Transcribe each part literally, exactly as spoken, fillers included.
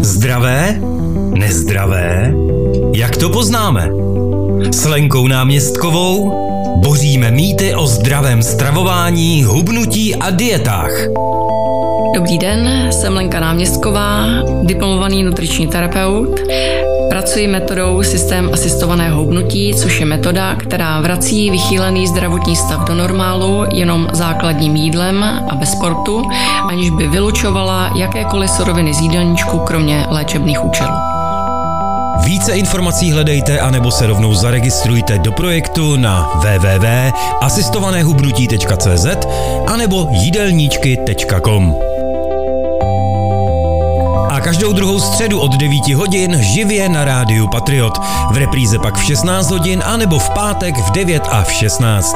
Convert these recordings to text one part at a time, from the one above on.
Zdravé? Nezdravé? Jak to poznáme? S Lenkou Náměstkovou boříme mýty o zdravém stravování, hubnutí a dietách. Dobrý den, jsem Lenka Náměstková, diplomovaný nutriční terapeut. Pracuji metodou systém asistovaného hubnutí, což je metoda, která vrací vychýlený zdravotní stav do normálu jenom základním jídlem a bez sportu, aniž by vylučovala jakékoliv suroviny z jídelníčku, kromě léčebných účelů. Více informací hledejte anebo se rovnou zaregistrujte do projektu na w w w tečka asistované hubnutí tečka c z anebo jídelníčky tečka com. A každou druhou středu od devíti hodin živě na rádiu Patriot. V repríze pak v šestnáct hodin anebo v pátek v devět a v šestnáct.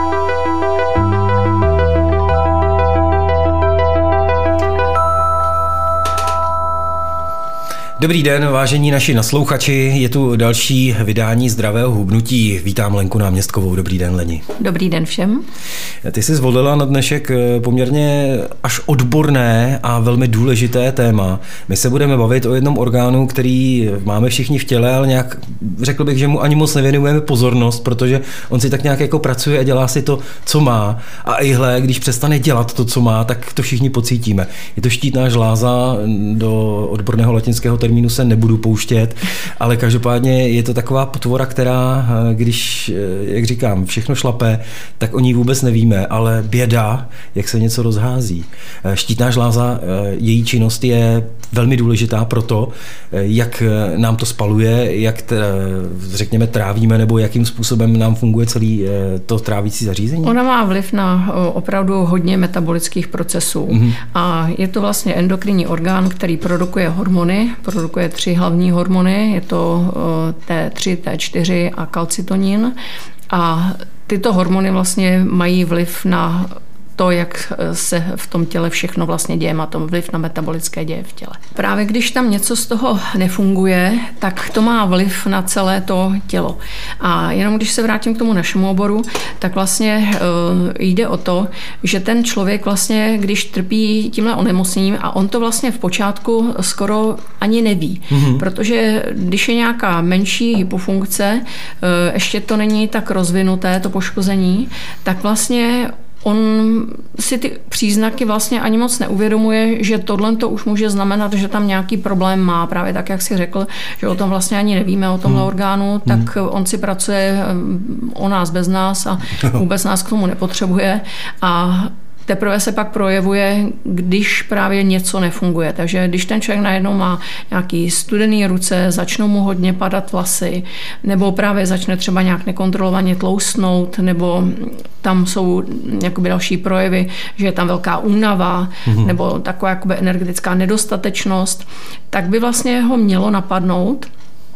Dobrý den, vážení naši naslouchači, je tu další vydání Zdravého hubnutí. Vítám Lenku Náměstkovou. Dobrý den, Leni. Dobrý den všem. Ty jsi zvolila na dnešek poměrně až odborné a velmi důležité téma. My se budeme bavit o jednom orgánu, který máme všichni v těle, ale nějak řekl bych, že mu ani moc nevěnujeme pozornost, protože on si tak nějak jako pracuje a dělá si to, co má. A ihle, když přestane dělat to, co má, tak to všichni pocítíme. Je to štítná žláza, do odborného latinského termínu se nebudu pouštět, ale každopádně je to taková potvora, která, když, jak říkám, všechno šlape, tak o ní vůbec nevíme, ale běda, jak se něco rozhází. Štítná žláza, její činnost je velmi důležitá pro to, jak nám to spaluje, jak řekněme trávíme, nebo jakým způsobem nám funguje celý to trávící zařízení. Ona má vliv na opravdu hodně metabolických procesů mm-hmm. a je to vlastně endokrinní orgán, který produkuje hormony, produkuje tři hlavní hormony, je to T tři, T čtyři a kalcitonin a tyto hormony vlastně mají vliv na to, jak se v tom těle všechno vlastně děje, má to vliv na metabolické děje v těle. Právě když tam něco z toho nefunguje, tak to má vliv na celé to tělo. A jenom když se vrátím k tomu našemu oboru, tak vlastně jde o to, že ten člověk vlastně, když trpí tímhle onemocněním, a on to vlastně v počátku skoro ani neví, mm-hmm. protože když je nějaká menší hypofunkce, ještě to není tak rozvinuté, to poškození, tak vlastně on si ty příznaky vlastně ani moc neuvědomuje, že tohle to už může znamenat, že tam nějaký problém má. Právě tak, jak si řekl, že o tom vlastně ani nevíme, o tomhle hmm. orgánu, tak hmm. on si pracuje o nás bez nás a vůbec nás k tomu nepotřebuje. A teprve se pak projevuje, když právě něco nefunguje. Takže když ten člověk najednou má nějaký studený ruce, začnou mu hodně padat vlasy, nebo právě začne třeba nějak nekontrolovaně tloustnout, nebo tam jsou jakoby další projevy, že je tam velká únava, mm-hmm. nebo taková jakoby energetická nedostatečnost, tak by vlastně ho mělo napadnout,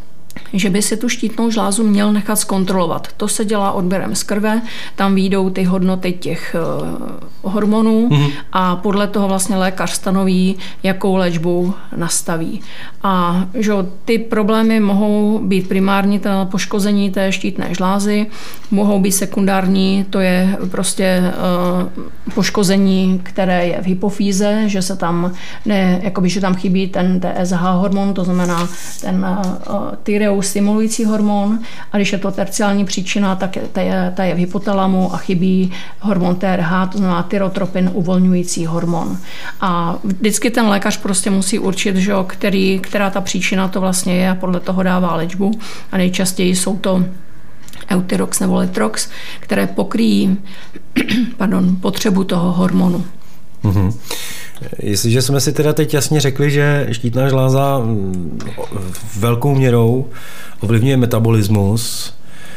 že by si tu štítnou žlázu měl nechat zkontrolovat. To se dělá odběrem z krve, tam vyjdou ty hodnoty těch uh, hormonů mm-hmm. a podle toho vlastně lékař stanoví, jakou léčbu nastaví. A že ty problémy mohou být primární, to poškození té štítné žlázy, mohou být sekundární, to je prostě uh, poškození, které je v hypofýze, že se tam ne, jakoby, že tam chybí ten T S H hormon, to znamená ten uh, tyreus stimulující hormon, a když je to terciální příčina, tak ta je, ta je v hypotalamu a chybí hormon T R H, to znamená tyrotropin uvolňující hormon. A vždycky ten lékař prostě musí určit, že, který, která ta příčina to vlastně je, a podle toho dává léčbu. A nejčastěji jsou to Euthyrox nebo Letrox, které pokryjí pardon, potřebu toho hormonu. Mm-hmm. Jestliže jsme si teda teď jasně řekli, že štítná žláza velkou měrou ovlivňuje metabolismus,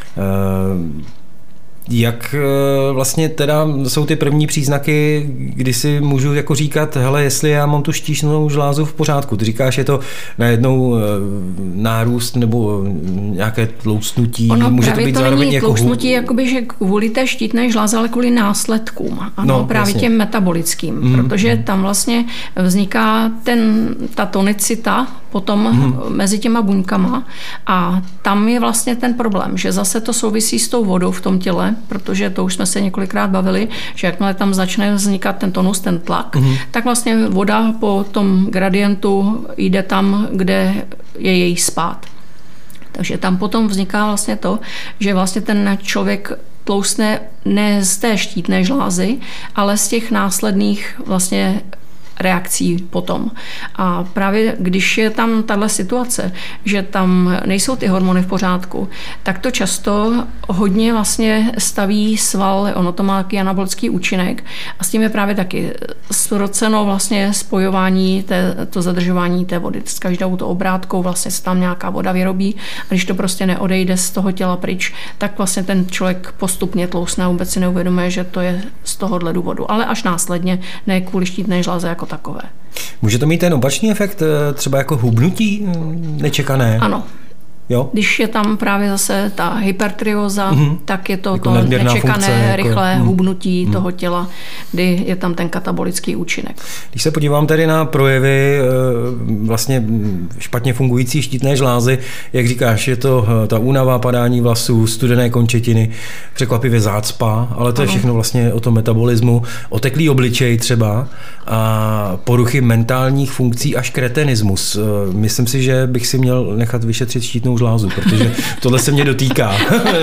jak vlastně teda jsou ty první příznaky, kdy si můžu jako říkat, hele, jestli já mám tu štítnou žlázu v pořádku. Ty říkáš, je to najednou nárůst nebo nějaké tloustnutí. Ono může právě to být to zároveň není jako tloustnutí, jakoby, že kvůli té štítné žláze, ale kvůli následkům. Ano, no, právě vlastně. těm metabolickým. Mm. Protože tam vlastně vzniká ten, ta tonicita potom mm. mezi těma buňkama a tam je vlastně ten problém, že zase to souvisí s tou vodou v tom těle, tonuse, protože to už jsme se několikrát bavili, že jakmile tam začne vznikat ten tonus, ten tlak, mm-hmm. tak vlastně voda po tom gradientu jde tam, kde je její spád. Takže tam potom vzniká vlastně to, že vlastně ten člověk tloustne ne z té štítné žlázy, ale z těch následných vlastně reakcí potom. A právě když je tam tahle situace, že tam nejsou ty hormony v pořádku, tak to často hodně vlastně staví sval, ono to má takový anabolický účinek a s tím je právě taky zroceno vlastně spojování, té, to zadržování té vody. S každou to obrátkou vlastně se tam nějaká voda vyrobí a když to prostě neodejde z toho těla pryč, tak vlastně ten člověk postupně tlousne a vůbec si neuvědomuje, že to je z tohohle důvodu. Ale až následně, ne kvůli štítné žláze jako takové. Může to mít ten opačný efekt, třeba jako hubnutí nečekané? Ano. Jo? Když je tam právě zase ta hypertrióza, mm-hmm. tak je to jako to nečekané, funkce, rychlé jako, hubnutí mm. toho těla, kdy je tam ten katabolický účinek. Když se podívám tady na projevy vlastně špatně fungující štítné žlázy, jak říkáš, je to ta únava, padání vlasů, studené končetiny, překvapivě zácpa, ale to je všechno vlastně o tom metabolismu, oteklý obličej třeba a poruchy mentálních funkcí až kretenismus. Myslím si, že bych si měl nechat vyšetřit štítnou žlázu, protože tohle se mě dotýká.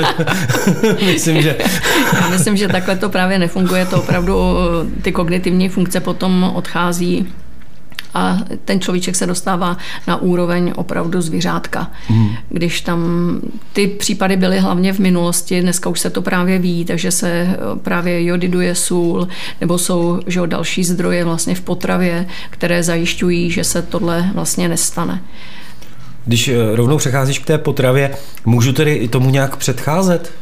myslím, že... Já myslím, že takhle to právě nefunguje, to opravdu ty kognitivní funkce potom odchází a ten človíček se dostává na úroveň opravdu zvířátka. Hmm. Když tam ty případy byly hlavně v minulosti, dneska už se to právě ví, takže se právě jodiduje sůl, nebo jsou že, další zdroje vlastně v potravě, které zajišťují, že se tohle vlastně nestane. Když rovnou přecházíš k té potravě, můžu tedy tomu nějak předcházet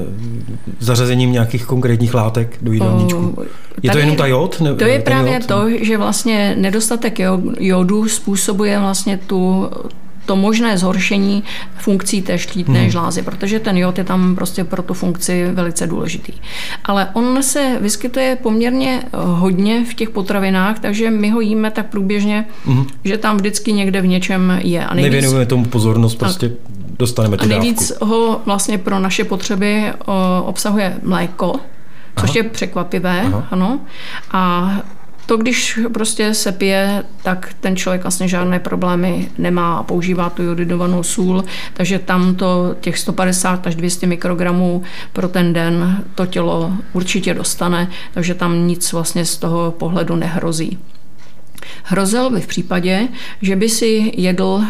zařazením nějakých konkrétních látek do jídelníčku? Je to jenom ta jod? To je právě jod? To, že vlastně nedostatek jodu způsobuje vlastně tu to možné zhoršení funkcí té štítné hmm. žlázy, protože ten jod je tam prostě pro tu funkci velice důležitý. Ale on se vyskytuje poměrně hodně v těch potravinách, takže my ho jíme tak průběžně, hmm. že tam vždycky někde v něčem je. A nejvíc, nevěnujeme tomu pozornost, prostě dostaneme tu dávku. A nejvíc dávku. ho vlastně pro naše potřeby obsahuje mléko, což Aha. je překvapivé. Aha. Ano. A to, když prostě se pije, tak ten člověk vlastně žádné problémy nemá a používá tu jodidovanou sůl, takže tam to těch sto padesát až dvě stě mikrogramů pro ten den to tělo určitě dostane, takže tam nic vlastně z toho pohledu nehrozí. Hrozil by v případě, že by si jedl uh,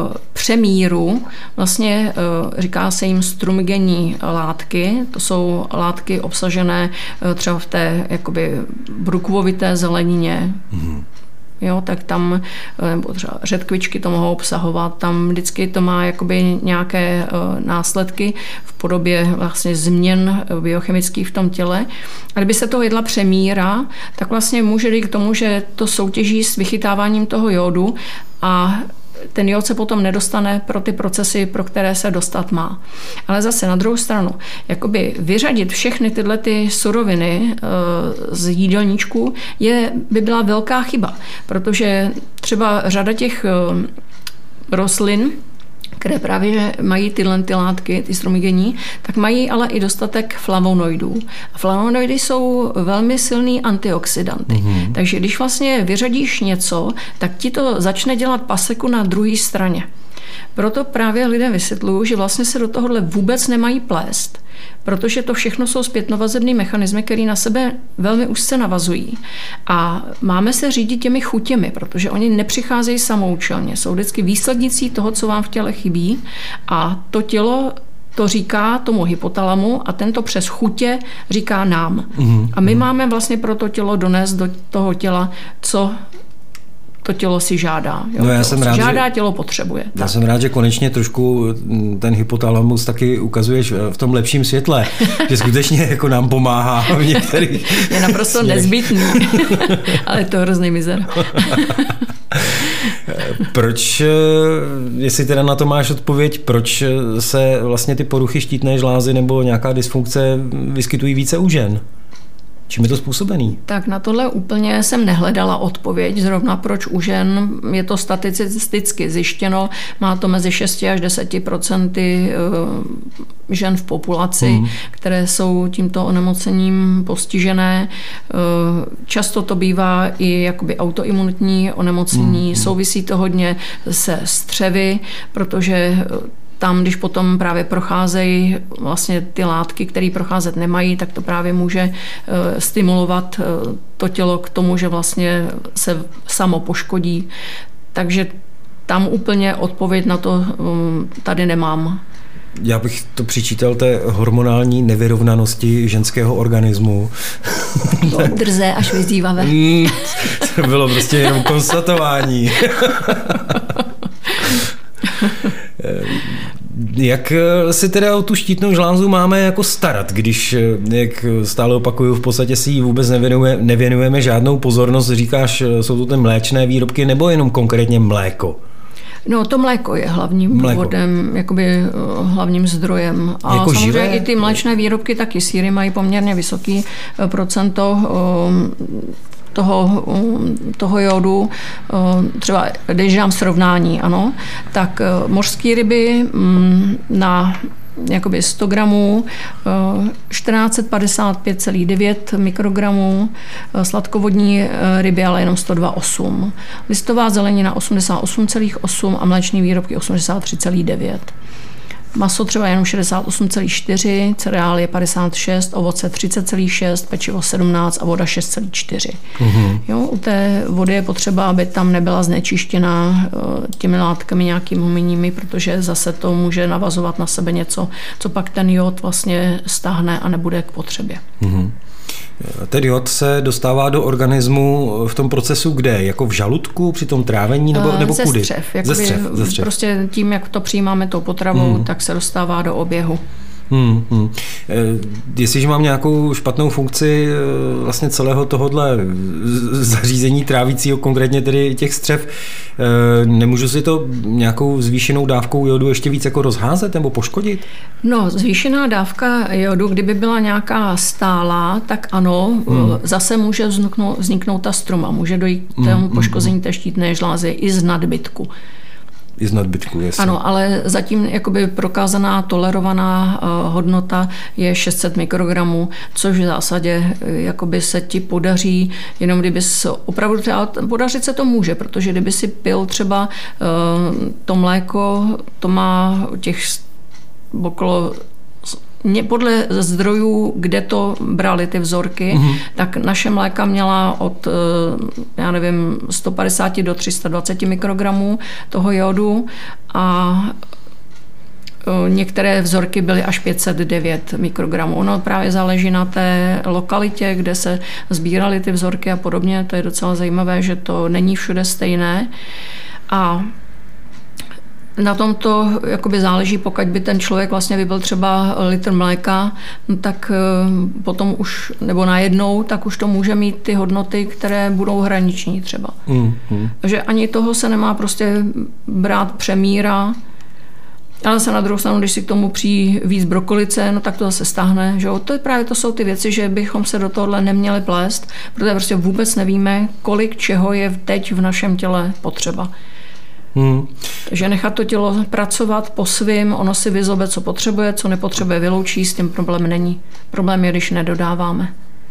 přemíru, vlastně uh, říká se jim strumigenní látky, to jsou látky obsažené uh, třeba v té jakoby brukvovité zelenině, mm. Jo, tak tam, nebo třeba řetkvičky to mohou obsahovat, tam vždycky to má jakoby nějaké uh, následky v podobě vlastně změn biochemických v tom těle. A kdyby se toho jedla přemíra, tak vlastně může jít k tomu, že to soutěží s vychytáváním toho jodu a ten jod se potom nedostane pro ty procesy, pro které se dostat má. Ale zase na druhou stranu, jakoby vyřadit všechny tyhle ty suroviny z jídelníčku je, by byla velká chyba, protože třeba řada těch rostlin, které právě mají tyhle ty látky, ty strumigenní, tak mají ale i dostatek flavonoidů. A flavonoidy jsou velmi silný antioxidanty. Mm-hmm. Takže když vlastně vyřadíš něco, tak ti to začne dělat paseku na druhé straně. Proto právě lidem vysvětluju, že vlastně se do tohohle vůbec nemají plést, protože to všechno jsou zpětnovazební mechanismy, které na sebe velmi úzce navazují. A máme se řídit těmi chutěmi, protože oni nepřicházejí samoučelně. Jsou vždycky výslednicí toho, co vám v těle chybí a to tělo to říká tomu hypotalamu a tento přes chutě říká nám. Mm-hmm. A my máme vlastně pro to tělo donést do toho těla, co to tělo si žádá. Jo? No já jsem rád, žádá, že, tělo potřebuje. Já tak. jsem rád, že konečně trošku ten hypotalamus taky ukazuješ v tom lepším světle, že skutečně jako nám pomáhá v některých je naprosto směrech. Nezbytný, ale to je hrozný mizer. Proč, jestli teda na to máš odpověď, proč se vlastně ty poruchy štítné žlázy nebo nějaká dysfunkce vyskytují více u žen? Čím je to způsobený? Tak na tohle úplně jsem nehledala odpověď, zrovna proč u žen je to statisticky zjištěno, má to mezi šest až deset procenty žen v populaci, mm. které jsou tímto onemocněním postižené. Často to bývá i jakoby autoimunitní onemocnění, mm. souvisí to hodně se střevy, protože tam, když potom právě procházejí vlastně ty látky, které procházet nemají, tak to právě může stimulovat to tělo k tomu, že vlastně se samo poškodí. Takže tam úplně odpověď na to tady nemám. Já bych to přičítal té hormonální nevyrovnanosti ženského organismu. Drzé až vyzývavé. To bylo prostě jenom konstatování. Jak si teda o tu štítnou žlázu máme jako starat, když, jak stále opakuju, v podstatě si jí vůbec nevěnujeme, nevěnujeme žádnou pozornost, říkáš, jsou to ty mléčné výrobky nebo jenom konkrétně mléko? No to mléko je hlavním mléko. důvodem, jakoby hlavním zdrojem. A jako samozřejmě živé? I ty mléčné výrobky, taky sýry mají poměrně vysoký procento toho, toho jodu. Třeba, když dám srovnání, ano, tak mořské ryby na jakoby sto gramů, čtrnáct set padesát pět celá devět mikrogramů, sladkovodní ryby ale jenom sto dva celá osm. Listová zelenina osmdesát osm celá osm a mléčné výrobky osmdesát tři celá devět. Maso třeba jenom šedesát osm celá čtyři, cereálie padesát šest, ovoce třicet celá šest, pečivo sedmnáct a voda šest celá čtyři. Mm-hmm. Jo, u té vody je potřeba, aby tam nebyla znečištěna těmi látkami nějakými humínními, protože zase to může navazovat na sebe něco, co pak ten jod vlastně stáhne a nebude k potřebě. Mm-hmm. Ten jod se dostává do organismu v tom procesu kde? Jako v žaludku, při tom trávení nebo, nebo ze kudy? Střev, ze střev. Ze střev. Prostě tím, jak to přijímáme tou potravou, hmm. tak se dostává do oběhu. Hmm, hmm. Jestliže mám nějakou špatnou funkci vlastně celého tohohle zařízení trávícího, konkrétně tedy těch střev, nemůžu si to nějakou zvýšenou dávkou jodu ještě víc jako rozházet nebo poškodit? No, zvýšená dávka jodu, kdyby byla nějaká stálá, tak ano, hmm. zase může vzniknout, vzniknout ta struma, může dojít k tomu poškození té štítné žlázy i z nadbytku. I z nadbytku, jasně. Ano, ale zatím jakoby prokázaná tolerovaná uh, hodnota je šest set mikrogramů, což v zásadě jakoby se ti podaří, jenom kdyby opravdu třeba, podařit se to může, protože kdyby si pil třeba uh, to mléko, to má těch okolo podle zdrojů, kde to brali ty vzorky, mm-hmm. tak naše mléka měla od, já nevím, sto padesát do tři sta dvacet mikrogramů toho jodu a některé vzorky byly až pět set devět mikrogramů. Ono právě záleží na té lokalitě, kde se sbíraly ty vzorky a podobně. To je docela zajímavé, že to není všude stejné. A na tom to jakoby záleží, pokud by ten člověk vlastně vypil třeba litr mléka, no tak potom už, nebo najednou, tak už to může mít ty hodnoty, které budou hraniční třeba. Mm, mm. Takže ani toho se nemá prostě brát přemíra, ale se na druhou stranu, když si k tomu přijí víc brokolice, no tak to zase stáhne. Že? To je právě to jsou ty věci, že bychom se do tohohle neměli plést, protože prostě vůbec nevíme, kolik čeho je teď v našem těle potřeba. Hmm. Takže nechat to tělo pracovat po svým, ono si vyzobe, co potřebuje, co nepotřebuje, vyloučí, s tím problém není. Problém je, když nedodáváme.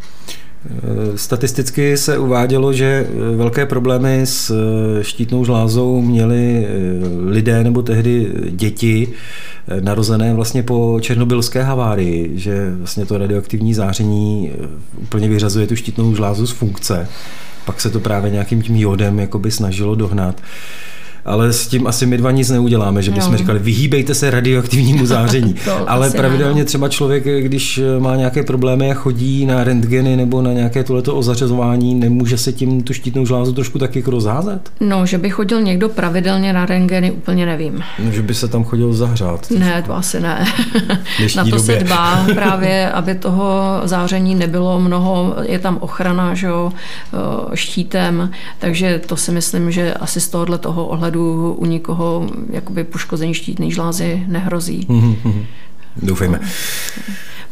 Statisticky se uvádělo, že velké problémy s štítnou žlázou měli lidé nebo tehdy děti narozené vlastně po černobylské havárii, že vlastně to radioaktivní záření úplně vyřazuje tu štítnou žlázu z funkce. Pak se to právě nějakým tím jodem jakoby snažilo dohnat. Ale s tím asi my dva nic neuděláme, že bychom no. říkali, vyhýbejte se radioaktivnímu záření. Ale pravidelně třeba člověk, když má nějaké problémy a chodí na rentgeny nebo na nějaké tohleto ozařezování, nemůže se tím tu štítnou žlázu trošku taky jako rozházet? No, že by chodil někdo pravidelně na rentgeny, úplně nevím. No, že by se tam chodil zahřát. Ne, to asi ne. Na to době. se dbá právě, aby toho záření nebylo mnoho, je tam ochrana, že jo, štítem, takže to si myslím, že asi z tohohle toho ohledu u nikoho jakoby poškození štítné žlázy nehrozí. Mm-hmm. Doufejme.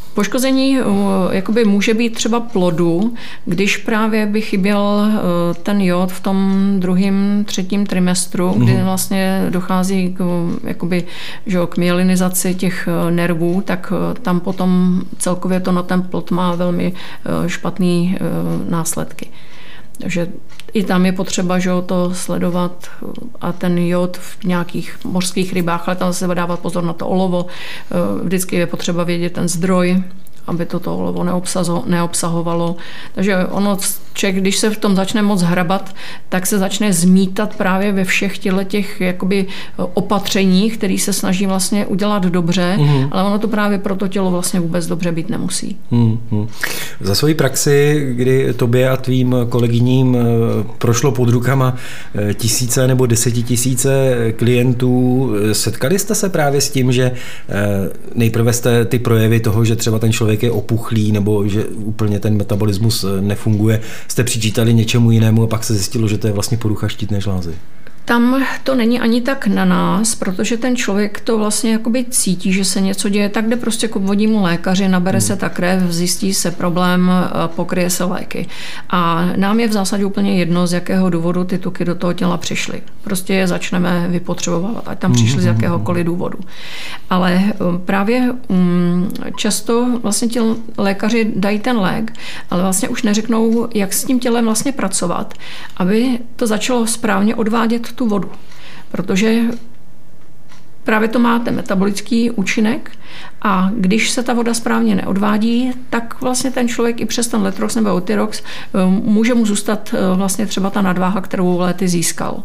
Poškození jakoby může být třeba plodu, když právě by chyběl ten jod v tom druhém, třetím trimestru, kdy vlastně dochází k, jakoby, že k myelinizaci těch nervů, tak tam potom celkově to na ten plod má velmi špatné následky. Takže i tam je potřeba, že to sledovat a ten jod v nějakých mořských rybách, ale tam se dávat pozor na to olovo. Vždycky je potřeba vědět ten zdroj, aby toto olovo neobsahovalo. Takže ono, člověk, když se v tom začne moc hrabat, tak se začne zmítat právě ve všech těch jakoby opatřeních, které se snaží vlastně udělat dobře, mm. ale ono to právě pro to tělo vlastně vůbec dobře být nemusí. Mm. Za svoji praxi, kdy tobě a tvým kolegyním prošlo pod rukama tisíce nebo desetitisíce klientů, setkali jste se právě s tím, že nejprve jste ty projevy toho, že třeba ten člověk je opuchlý nebo že úplně ten metabolismus nefunguje, jste přičítali něčemu jinému a pak se zjistilo, že to je vlastně porucha štítné žlázy? Tam to není ani tak na nás, protože ten člověk to vlastně jakoby cítí, že se něco děje, tak jde prostě k obvodnímu lékaři, nabere hmm. se ta krev, zjistí se problém, pokryje se léky. A nám je v zásadě úplně jedno, z jakého důvodu ty tuky do toho těla přišly. Prostě je začneme vypotřebovat, ať tam přišly z jakéhokoliv důvodu. Ale právě často vlastně ti lékaři dají ten lék, ale vlastně už neřeknou, jak s tím tělem vlastně pracovat, aby to začalo správně odvádět tu vodu, protože právě to má ten metabolický účinek a když se ta voda správně neodvádí, tak vlastně ten člověk i přes ten Letrox nebo Euthyrox může mu zůstat vlastně třeba ta nadváha, kterou léty získal.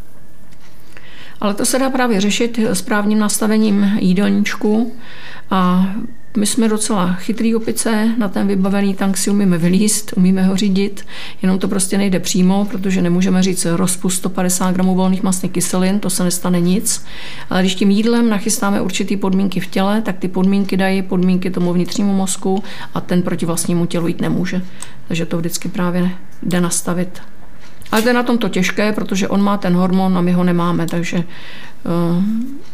Ale to se dá právě řešit správným nastavením jídelníčku a my jsme docela chytrý opice, na ten vybavený tank si umíme vylízt, umíme ho řídit, jenom to prostě nejde přímo, protože nemůžeme říct rozpust sto padesát gramů volných mastných kyselin, to se nestane nic. Ale když tím jídlem nachystáme určitý podmínky v těle, tak ty podmínky dají podmínky tomu vnitřnímu mozku a ten proti vlastnímu tělu jít nemůže. Takže to vždycky právě jde nastavit. Ale to je na tom to těžké, protože on má ten hormon a my ho nemáme, takže uh,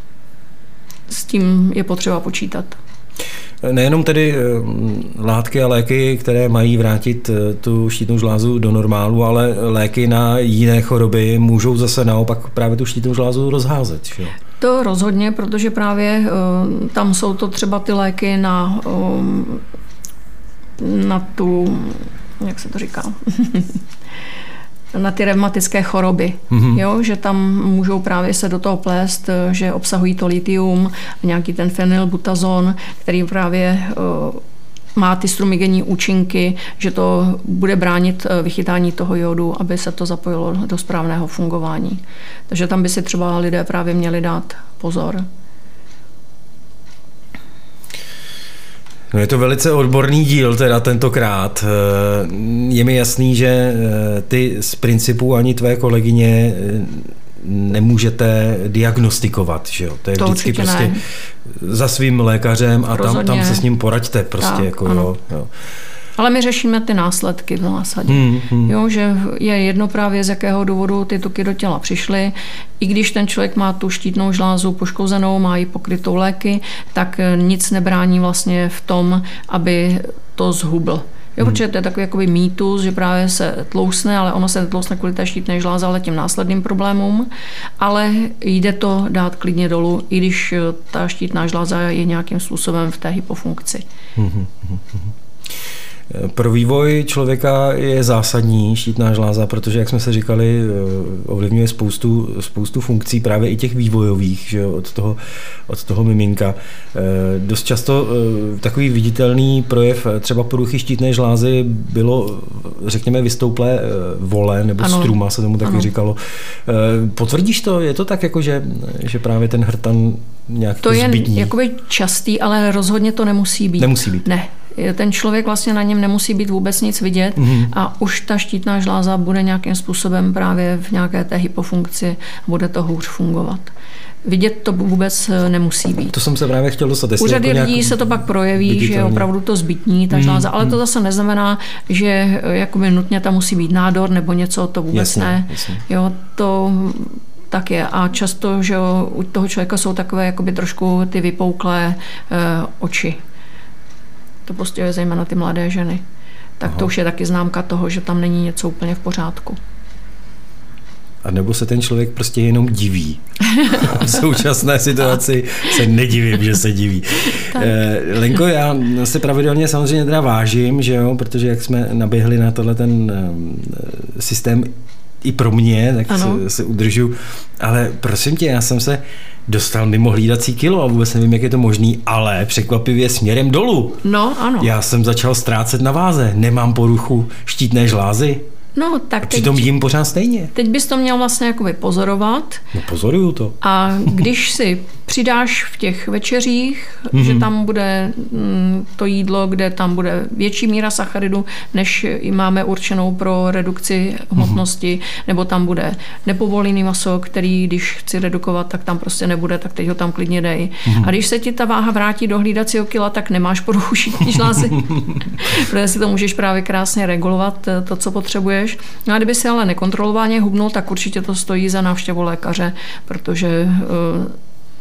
s tím je potřeba počítat. Nejenom tedy látky a léky, které mají vrátit tu štítnou žlázu do normálu, ale léky na jiné choroby můžou zase naopak právě tu štítnou žlázu rozházet. Že? To rozhodně, protože právě uh, tam jsou to třeba ty léky na, um, na tu, jak se to říká, na ty revmatické choroby, mm-hmm. jo, že tam můžou právě se do toho plést, že obsahují to litium, nějaký ten fenylbutazon, který právě uh, má ty strumigenní účinky, že to bude bránit vychytání toho jodu, aby se to zapojilo do správného fungování. Takže tam by si třeba lidé právě měli dát pozor. No je to velice odborný díl teda tentokrát. Je mi jasný, že ty z principu ani tvé kolegyně nemůžete diagnostikovat, že jo? To je to vždycky prostě ne. Za svým lékařem a tam, tam se s ním poraďte prostě. Tak, jako, jo, jo. Ale my řešíme ty následky v zásadě. Hmm, hmm. Jo, že je jedno právě, z jakého důvodu ty tuky do těla přišly. I když ten člověk má tu štítnou žlázu poškozenou, má ji pokrytou léky, tak nic nebrání vlastně v tom, aby to zhubl. Jo, protože to je takový jakoby mýtus, že právě se tlousne, ale ono se netlousne kvůli té štítné žláze, ale těm následným problémům. Ale jde to dát klidně dolů, i když ta štítná žláza je nějakým způsobem v té hypofunkci. Hmm, hmm, hmm. Pro vývoj člověka je zásadní štítná žláza, protože, jak jsme se říkali, ovlivňuje spoustu, spoustu funkcí, právě i těch vývojových, že jo, od toho, od toho miminka. Dost často takový viditelný projev třeba poruchy štítné žlázy bylo, řekněme, vystouplé vole, nebo ano. struma se tomu taky ano. říkalo. Potvrdíš to? Je to tak, jako že, že právě ten hrtan nějak to zbytní? To je jakoby častý, ale rozhodně to nemusí být. Nemusí být. Ne. Ten člověk vlastně na něm nemusí být vůbec nic vidět mm-hmm. a už ta štítná žláza bude nějakým způsobem právě v nějaké té hypofunkci, bude to hůř fungovat. Vidět to vůbec nemusí být. To jsem se právě chtěl dostat. U řady jako lidí se to pak projeví, digitálně. Že je opravdu to zbytní, ta žláza, mm, ale to zase neznamená, že jakoby nutně tam musí být nádor nebo něco, to vůbec jasně, ne. Jasně. Jo, to tak je. A často, že u toho člověka jsou takové jakoby trošku ty vypouklé e, oči. To postihuje zejména ty mladé ženy. Tak Aha. to už je taky známka toho, že tam není něco úplně v pořádku. A nebo se ten člověk prostě jenom diví. V současné situaci se nedivím, že se diví. Eh, Lenko, já se pravidelně samozřejmě teda vážím, že jo, protože jak jsme naběhli na tohle ten eh, systém i pro mě, tak se, se udržu. Ale prosím tě, já jsem se dostal mimo hlídací kilo a vůbec nevím, jak je to možný, ale překvapivě směrem dolů. No, ano. Já jsem začal ztrácet na váze. Nemám poruchu štítné žlázy. No, tak a přitom teď, jím pořád stejně. Teď bys to měl vlastně jakoby pozorovat. No pozoruju to. A když si přidáš v těch večeřích, mm-hmm. že tam bude mm, to jídlo, kde tam bude větší míra sacharidu, než i máme určenou pro redukci hmotnosti, mm-hmm. nebo tam bude nepovolený maso, který když chci redukovat, tak tam prostě nebude, tak teď ho tam klidně dej. Mm-hmm. A když se ti ta váha vrátí do hlídacího kila, tak nemáš poruchu štítné žlázy. Protože si to můžeš právě krásně regulovat, to, co potřebuješ. No a kdyby si ale nekontrolovaně hubnul, tak určitě to stojí za návštěvu lékaře, protože uh,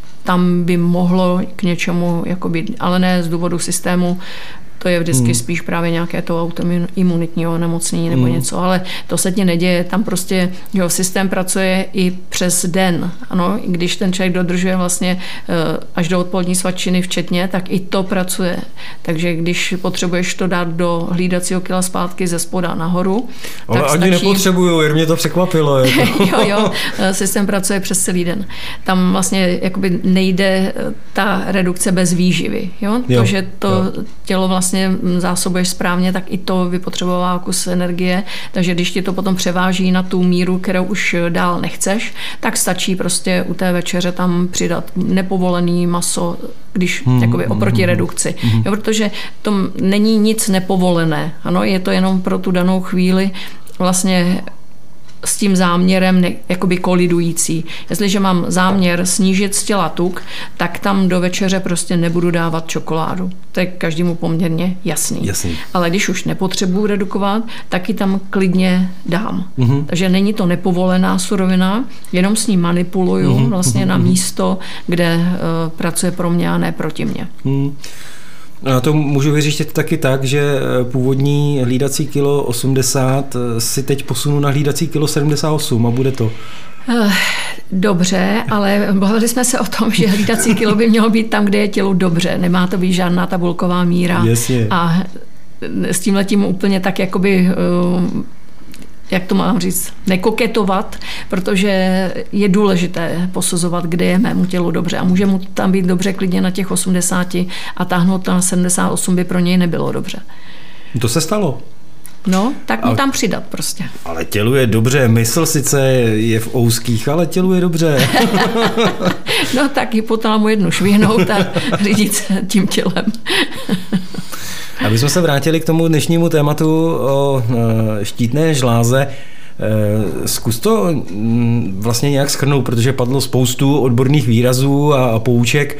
tam by mohlo k něčemu, jakoby, ale ne z důvodu systému, to je vždycky hmm. spíš právě nějaké to autoimunitní onemocnění nebo hmm. něco, ale to se ti neděje, tam prostě jo, systém pracuje i přes den, ano, když ten člověk dodržuje vlastně až do odpolední svačiny včetně, tak i to pracuje, takže když potřebuješ to dát do hlídacího kila zpátky ze spoda nahoru, ale tak ani stačí... nepotřebuju, jer mě to překvapilo. Jako. jo, jo, systém pracuje přes celý den. Tam vlastně jakoby nejde ta redukce bez výživy, jo, jo to, že to jo. tělo vlastně zásobuješ správně, tak i to vypotřebová kus energie, takže když ti to potom převáží na tu míru, kterou už dál nechceš, tak stačí prostě u té večeře tam přidat nepovolený maso, když hmm, jakoby oproti hmm, redukci. Hmm. Jo, protože to není nic nepovolené, ano, je to jenom pro tu danou chvíli vlastně s tím záměrem ne, jakoby kolidující. Jestliže mám záměr snížit z těla tuk, tak tam do večeře prostě nebudu dávat čokoládu. To je každému poměrně jasný. jasný. Ale když už nepotřebuji redukovat, tak ji tam klidně dám. Mm-hmm. Takže není to nepovolená surovina, jenom s ní manipuluju mm-hmm. vlastně mm-hmm. na místo, kde uh, pracuje pro mě a ne proti mě. Mm. Já to můžu vyřešit taky tak, že původní hlídací kilo osmdesát si teď posunu na hlídací kilo sedmdesát osm a bude to. Dobře, ale bavili jsme se o tom, že hlídací kilo by mělo být tam, kde je tělu dobře. Nemá to být žádná tabulková míra. Jasně. A s tímhletím úplně tak jakoby... jak to mám říct, nekoketovat, protože je důležité posuzovat, kde je mému tělu dobře a může mu tam být dobře klidně na těch osmdesáti a táhnout na sedmdesát osm by pro něj nebylo dobře. To se stalo. No, tak mu tam přidat prostě. Ale tělu je dobře, mysl sice je v ouských, ale tělu je dobře. No tak hypotalamu jednu švihnout a řídit se tím tělem. Aby jsme se vrátili k tomu dnešnímu tématu o štítné žláze, zkus to vlastně nějak shrnout, protože padlo spoustu odborných výrazů a pouček.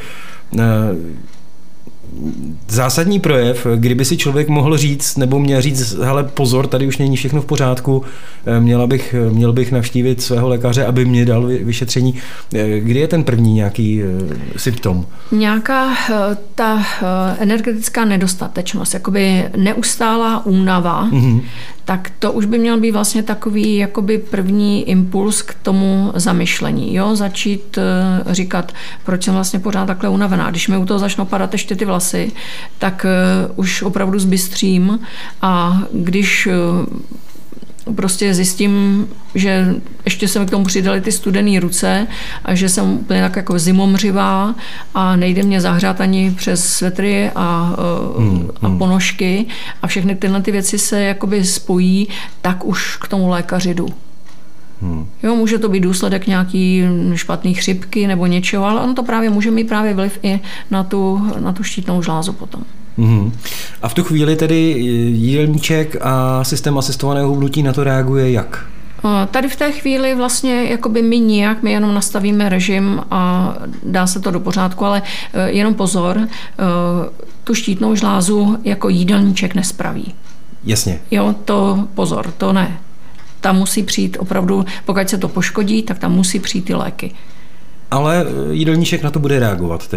Zásadní projev, kdyby si člověk mohl říct, nebo měl říct, hele pozor, tady už není všechno v pořádku, měla bych, měl bych navštívit svého lékaře, aby mě dal vyšetření. Kdy je ten první nějaký symptom? Nějaká ta energetická nedostatečnost, jakoby neustálá únava, mm-hmm. tak to už by měl být vlastně takový jakoby první impuls k tomu zamyšlení. Jo? Začít říkat, proč jsem vlastně pořád takhle unavená. Když mi u toho začnou padat ještě ty vlasy, tak už opravdu zbystřím a když prostě zjistím, že ještě se mi k tomu přidali ty studené ruce a že jsem úplně tak jako zimomřivá a nejde mě zahřát ani přes svetry a, hmm, a hmm. ponožky a všechny tyhle ty věci se jakoby spojí, tak už k tomu lékaři jdu. Hmm. Jo, může to být důsledek nějaký špatný chřipky nebo něčeho, ale ono to právě může mít právě vliv i na tu, na tu štítnou žlázu potom. Mm-hmm. A v tu chvíli tedy jídelníček a systém asistovaného hubnutí na to reaguje jak? Tady v té chvíli vlastně jakoby my nijak, my jenom nastavíme režim a dá se to do pořádku, ale jenom pozor, tu štítnou žlázu jako jídelníček nespraví. Jasně. Jo, to pozor, to ne. Tam musí přijít opravdu, pokud se to poškodí, tak tam musí přijít ty léky. Ale jídelníček na to bude reagovat tedy?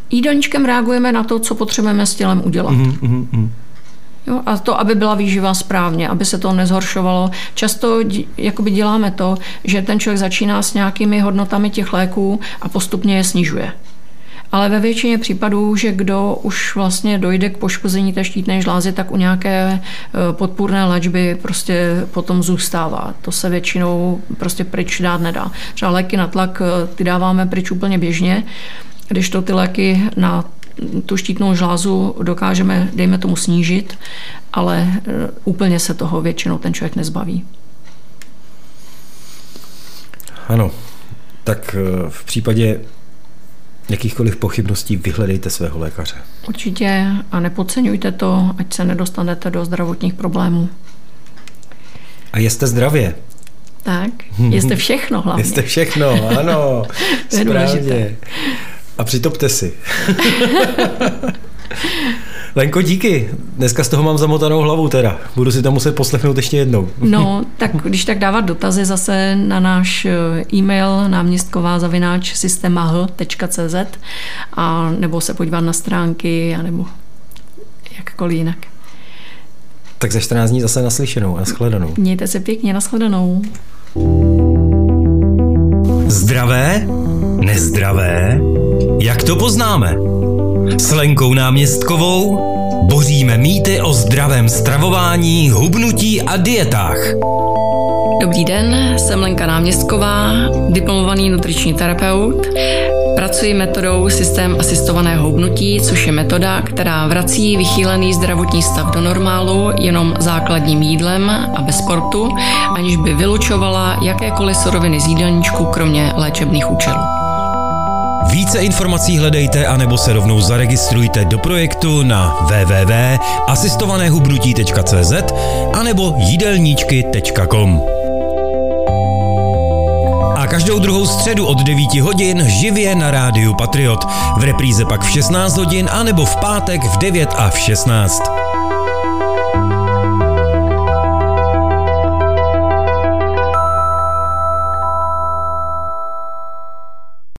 Jídelníčkem reagujeme na to, co potřebujeme s tělem udělat. Mm, mm, mm. Jo, a to, aby byla výživa správně, aby se to nezhoršovalo. Často jakoby děláme to, že ten člověk začíná s nějakými hodnotami těch léků a postupně je snižuje. Ale ve většině případů, že kdo už vlastně dojde k poškození té štítné žlázy, tak u nějaké podpůrné léčby prostě potom zůstává. To se většinou prostě pryč dát nedá. Třeba léky na tlak ty dáváme pryč úplně běžně, když to ty léky na tu štítnou žlázu dokážeme, dejme tomu, snížit, ale úplně se toho většinou ten člověk nezbaví. Ano, tak v případě jakýchkoliv pochybností vyhledejte svého lékaře. Určitě a nepodceňujte to, ať se nedostanete do zdravotních problémů. A jeste zdravě. Tak, jeste všechno hlavně. Jeste všechno, ano, správně. A přitopte si. Lenko, díky. Dneska z toho mám zamotanou hlavu teda. Budu si to muset poslechnout ještě jednou. No, tak když tak dávat dotazy zase na náš e-mail náměstková zavináč systemahl tečka cé zet a nebo se podívat na stránky a nebo jakkoliv jinak. Tak za čtrnáct dní zase naslyšenou a nashledanou. Mějte se pěkně, nashledanou. Zdravé? Nezdravé? Jak to poznáme? S Lenkou Náměstkovou boříme mýty o zdravém stravování, hubnutí a dietách. Dobrý den, jsem Lenka Náměstková, diplomovaný nutriční terapeut. Pracuji metodou systém asistovaného hubnutí, což je metoda, která vrací vychýlený zdravotní stav do normálu jenom základním jídlem a bez sportu, aniž by vylučovala jakékoliv suroviny z jídelníčku, kromě léčebných účelů. Více informací hledejte anebo se rovnou zaregistrujte do projektu na w w w tečka asistované hubnutí tečka cé zet anebo jídelníčky tečka com. A každou druhou středu od devíti hodin živě na rádiu Patriot. V repríze pak v šestnáct hodin anebo v pátek v devět a v šestnáct.